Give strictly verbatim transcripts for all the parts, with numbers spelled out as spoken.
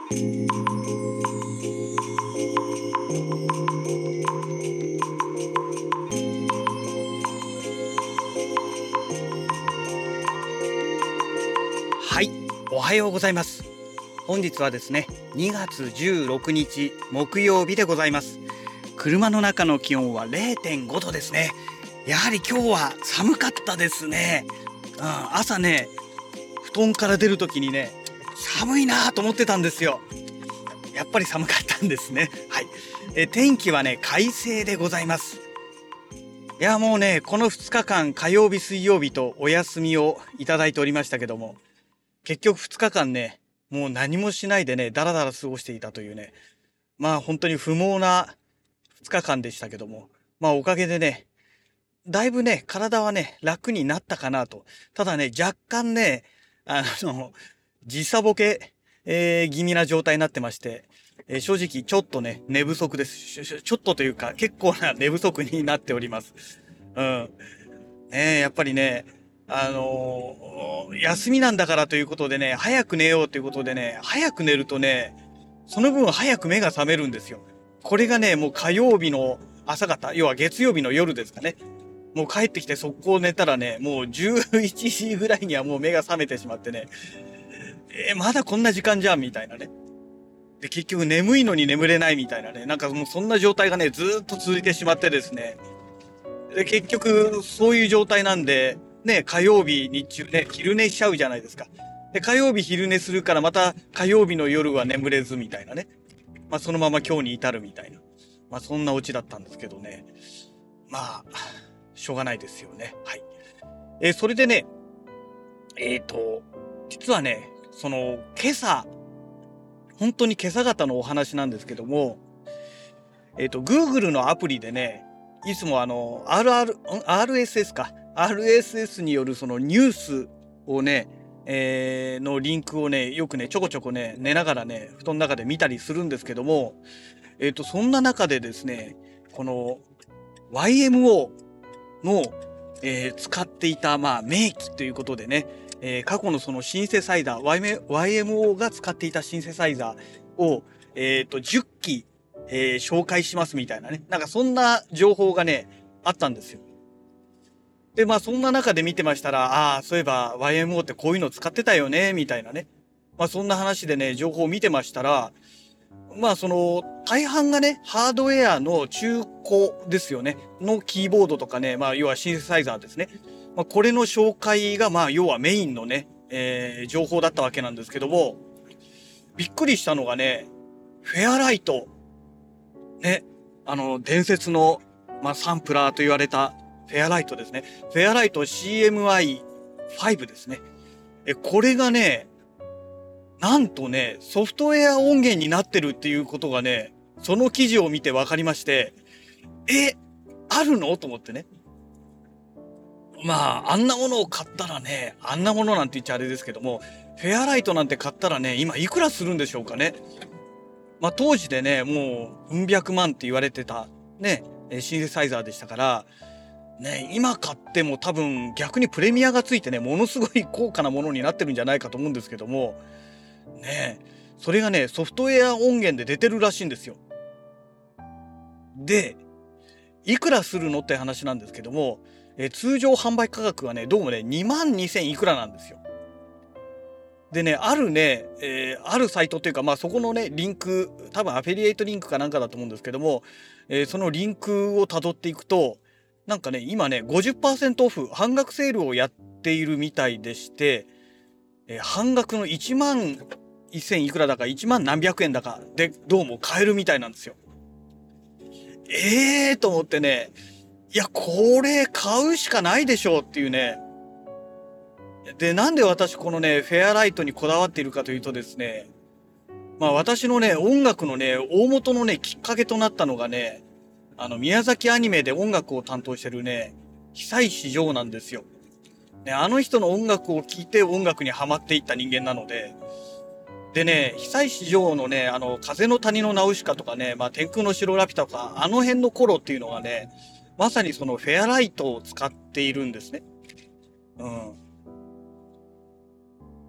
はい、おはようございます。本日はですね、にがつじゅうろくにち木曜日でございます。車の中の気温は れいてんごどですね。やはり今日は寒かったですね。うん、朝ね、布団から出るときにね、寒いなと思ってたんですよ。やっぱり寒かったんですね。はい。え天気はね、快晴でございます。いや、もうね、このふつかかん、火曜日、水曜日とお休みをいただいておりましたけども、結局ふつかかんね、もう何もしないでね、だらだら過ごしていたというね、まあ本当に不毛なふつかかんでしたけども、まあおかげでね、だいぶね、体はね、楽になったかなと。ただね、若干ね、あの、時差ボケ、えー気味な状態になってまして、えー正直ちょっとね、寝不足です。ちょちょちょっとというか、結構な寝不足になっております。うん。ねえ、やっぱりね、あのー休みなんだからということでね、早く寝ようということでね、早く寝るとね、その分早く目が覚めるんですよ。これがね、もう火曜日の朝方、要は月曜日の夜ですかね。もう帰ってきて速攻寝たらね、もうじゅういちじぐらいにはもう目が覚めてしまってね、えーまだこんな時間じゃんみたいなね。で、結局眠いのに眠れないみたいなね、なんかもうそんな状態がね、ずーっと続いてしまってですね、で、結局、そういう状態なんで、ね、火曜日日中ね、昼寝しちゃうじゃないですか。で、火曜日昼寝するからまた火曜日の夜は眠れずみたいなね。まあそのまま今日に至るみたいな。まあそんなオチだったんですけどね。まあ、しょうがないですよね。はい。えーそれでね、えっと、実はね、その、今朝、本当に今朝方のお話なんですけども、えっと、Google のアプリでね、いつもあの、アールアール、ん アールエスエス か。アールエスエス によるそのニュースをね、えーのリンクをね、よくね、ちょこちょこね、寝ながらね、布団の中で見たりするんですけども、えっと、そんな中でですね、この ワイエムオー の、えー使っていた、まあ、名機ということでね、えー過去のそのシンセサイザー、ワイエムオー が使っていたシンセサイザーを、えっと、じゅっき、えー紹介しますみたいなね。なんかそんな情報がね、あったんですよ。で、まあそんな中で見てましたら、ああ、そういえば ワイエムオー ってこういうの使ってたよね、みたいなね。まあそんな話でね、情報を見てましたら、まあその、大半がね、ハードウェアの中古ですよね。のキーボードとかね、まあ要はシンセサイザーですね。まあこれの紹介がまあ要はメインのね、えー情報だったわけなんですけども、びっくりしたのがね、フェアライト、ね、あの、伝説の、まあサンプラーと言われたフェアライトですね。フェアライト シーエムアイファイブ ですね。え、これがね、なんとね、ソフトウェア音源になってるっていうことがね、その記事を見て分かりまして、え、あるのと思ってね。まあ、あんなものを買ったらね、あんなものなんて言っちゃあれですけども、フェアライトなんて買ったらね、今いくらするんでしょうかね。まあ当時でね、もう、うん百万って言われてた、ね、えシンセサイザーでしたから、ね、今買っても多分逆にプレミアがついてね、ものすごい高価なものになってるんじゃないかと思うんですけども、ね、それがね、ソフトウェア音源で出てるらしいんですよ。で、いくらするのって話なんですけども、え通常販売価格はね、どうもね、にまんにせんいくらなんですよ。でね、あるね、えーあるサイトっていうか、まあそこのね、リンク、多分アフィリエイトリンクかなんかだと思うんですけども、えーそのリンクを辿っていくと、なんかね、今ね、ごじゅっパーセントオフ、半額セールをやっているみたいでして、えー半額のいちまんせんいくらだか、いちまん何百円だかで、どうも買えるみたいなんですよ。ええーと思ってね、いや、これ買うしかないでしょうっていうね。で、なんで私このね、フェアライトにこだわっているかというとですね、まあ私のね、音楽のね、大元のね、きっかけとなったのがね、あの、宮崎アニメで音楽を担当してるね、久石譲なんですよ。ね、あの人の音楽を聴いて音楽にハマっていった人間なので、でね、久石譲のね、あの、風の谷のナウシカとかね、まあ、天空の城ラピュタとか、あの辺の頃っていうのがね、まさにそのフェアライトを使っているんですね。うん。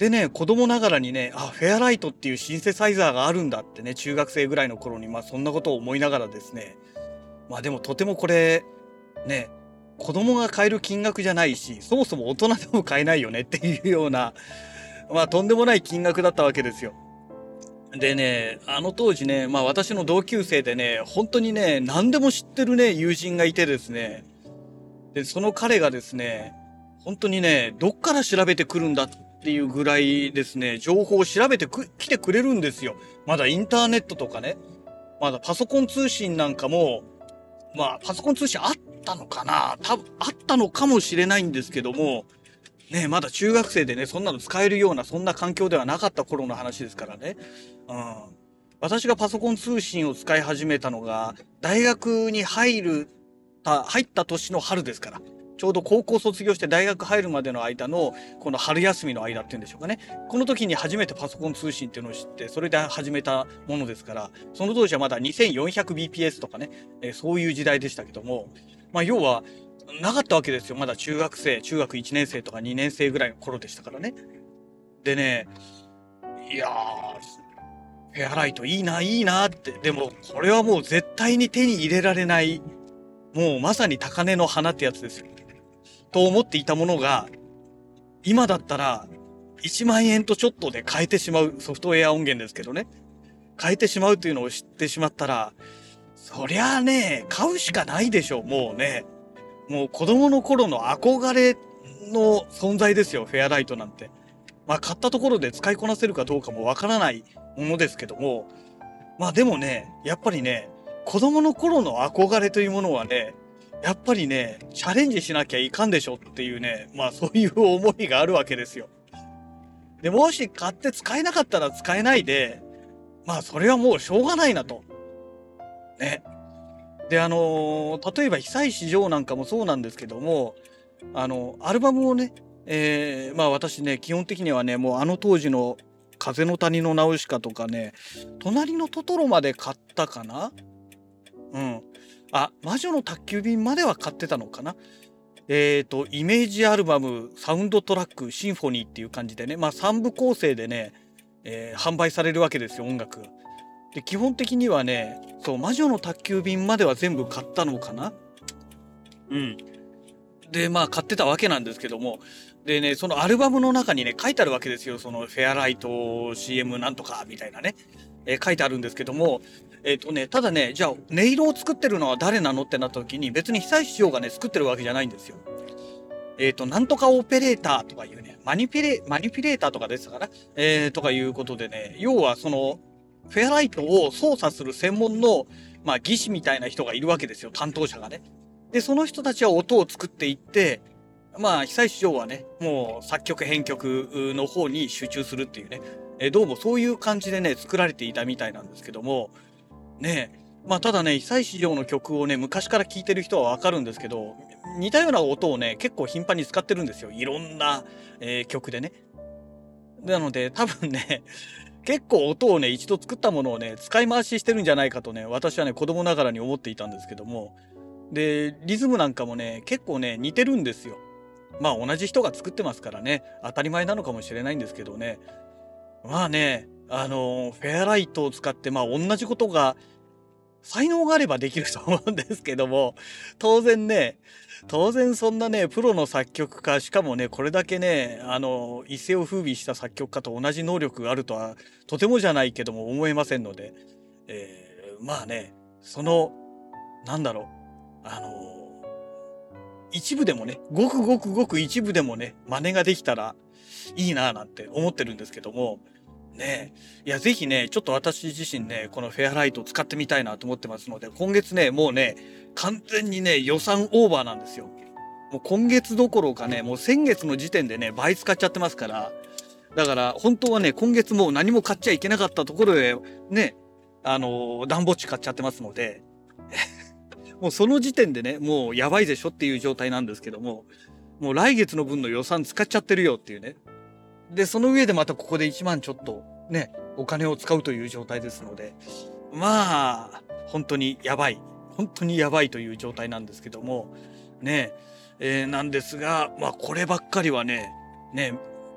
でね、子供ながらにね、あ、フェアライトっていうシンセサイザーがあるんだってね、中学生ぐらいの頃に、まあそんなことを思いながらですね、まあでもとてもこれ、ね、子供が買える金額じゃないし、そもそも大人でも買えないよねっていうような、まあとんでもない金額だったわけですよ。でね、あの当時ね、まあ私の同級生でね、本当にね、何でも知ってるね、友人がいてですね、で、その彼がですね、本当にね、どっから調べてくるんだっていうぐらいですね、情報を調べてく、来てくれるんですよ。まだインターネットとかね、まだパソコン通信なんかも、まあパソコン通信あったのかな、多分あったのかもしれないんですけども、ね、まだ中学生でね、そんなの使えるような、そんな環境ではなかった頃の話ですからね。うん。私がパソコン通信を使い始めたのが、大学に入る、た、入った年の春ですから。ちょうど高校卒業して大学入るまでの間の、この春休みの間っていうんでしょうかね。この時に初めてパソコン通信っていうのを知って、それで始めたものですから、その当時はまだ にせんよんひゃくビーピーエス とかね、えーそういう時代でしたけども、まあ要は、なかったわけですよ。まだ中学生、中学いちねん生とかにねん生ぐらいの頃でしたからね。でね、いやー、フェアライトいいな、いいなって。でも、これはもう絶対に手に入れられない、もうまさに高嶺の花ってやつですよ。と思っていたものが、今だったら、いちまん円とちょっとで買えてしまうソフトウェア音源ですけどね。買えてしまうというのを知ってしまったら、そりゃあね、買うしかないでしょう、もうね。もう子供の頃の憧れの存在ですよ、フェアライトなんて。まあ買ったところで使いこなせるかどうかもわからないものですけども、まあでもね、やっぱりね、子供の頃の憧れというものはね、やっぱりね、チャレンジしなきゃいかんでしょっていうね、まあそういう思いがあるわけですよ。で、もし買って使えなかったら使えないで、まあそれはもうしょうがないなと。ね。で、あのー例えば久石譲なんかもそうなんですけども、あの、アルバムをね、えーまあ私ね、基本的にはね、もうあの当時の風の谷のナウシカとかね、隣のトトロまで買ったかな。うん。あ、魔女の宅急便までは買ってたのかな。えっと、イメージアルバム、サウンドトラック、シンフォニーっていう感じでね、まあさんぶ構成でね、えー販売されるわけですよ、音楽が。で、基本的にはね、そう、魔女の宅急便までは全部買ったのかな。うん。で、まあ買ってたわけなんですけども、でね、そのアルバムの中にね、書いてあるわけですよ。そのフェアライト シーエム なんとかみたいなね、えー書いてあるんですけども、えっ、とね、ただね、じゃあ音色を作ってるのは誰なのってなった時に、別に久石譲がね、作ってるわけじゃないんですよ。えっ、と、なんとかオペレーターとかいうね、マニピュレ、マニピュレーターとかですから、えー、とかいうことでね、要はその、フェアライトを操作する専門の、まあ、技師みたいな人がいるわけですよ、担当者がね。で、その人たちは音を作っていって、まあ、久石譲はね、もう作曲編曲の方に集中するっていうね、えどうもそういう感じでね、作られていたみたいなんですけども、ねえ、まあただね、久石譲の曲をね、昔から聴いてる人はわかるんですけど、似たような音をね、結構頻繁に使ってるんですよ。いろんな、えー曲でね。なので、多分ね、結構音をね、一度作ったものをね、使い回ししてるんじゃないかとね、私はね、子供ながらに思っていたんですけども、で、リズムなんかもね、結構ね、似てるんですよ。まあ同じ人が作ってますからね、当たり前なのかもしれないんですけどね。まあね、あのフェアライトを使って、まあ同じことが、才能があればできると思うんですけども、当然ね、当然そんなね、プロの作曲家、しかもね、これだけね、あの、一世を風靡した作曲家と同じ能力があるとは、とてもじゃないけども思えませんので、えーまあね、その、なんだろう、あの、一部でもね、ごくごくごく一部でもね、真似ができたらいいなぁなんて思ってるんですけども、ねえ。いや、ぜひね、ちょっと私自身ね、このフェアライトを使ってみたいなと思ってますので、今月ね、もうね、完全にね、予算オーバーなんですよ。もう今月どころかね、もう先月の時点でね、倍使っちゃってますから、だから本当はね、今月もう何も買っちゃいけなかったところで、ね、あのー、暖房地買っちゃってますので、もうその時点でね、もうやばいでしょっていう状態なんですけども、もう来月の分の予算使っちゃってるよっていうね。で、その上でまたここでいちまんちょっとね、お金を使うという状態ですので、まあ、本当にやばい。本当にやばいという状態なんですけども、ね、えーなんですが、まあこればっかりはね、ね、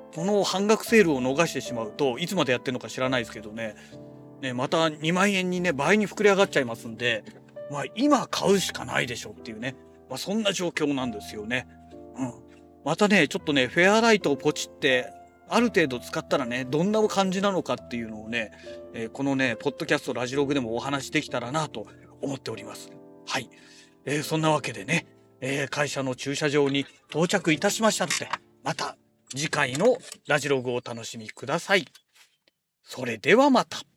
この半額セールを逃してしまうと、いつまでやってるのか知らないですけどね、ね、またにまん円にね、倍に膨れ上がっちゃいますんで、まあ今買うしかないでしょっていうね、まあそんな状況なんですよね。うん。またね、ちょっとね、フェアライトをポチって、ある程度使ったらね、どんな感じなのかっていうのをね、えーこのね、ポッドキャストラジログでもお話しできたらなと思っております。はい。えーそんなわけでね、えー会社の駐車場に到着いたしましたので、また次回のラジログをお楽しみください。それではまた。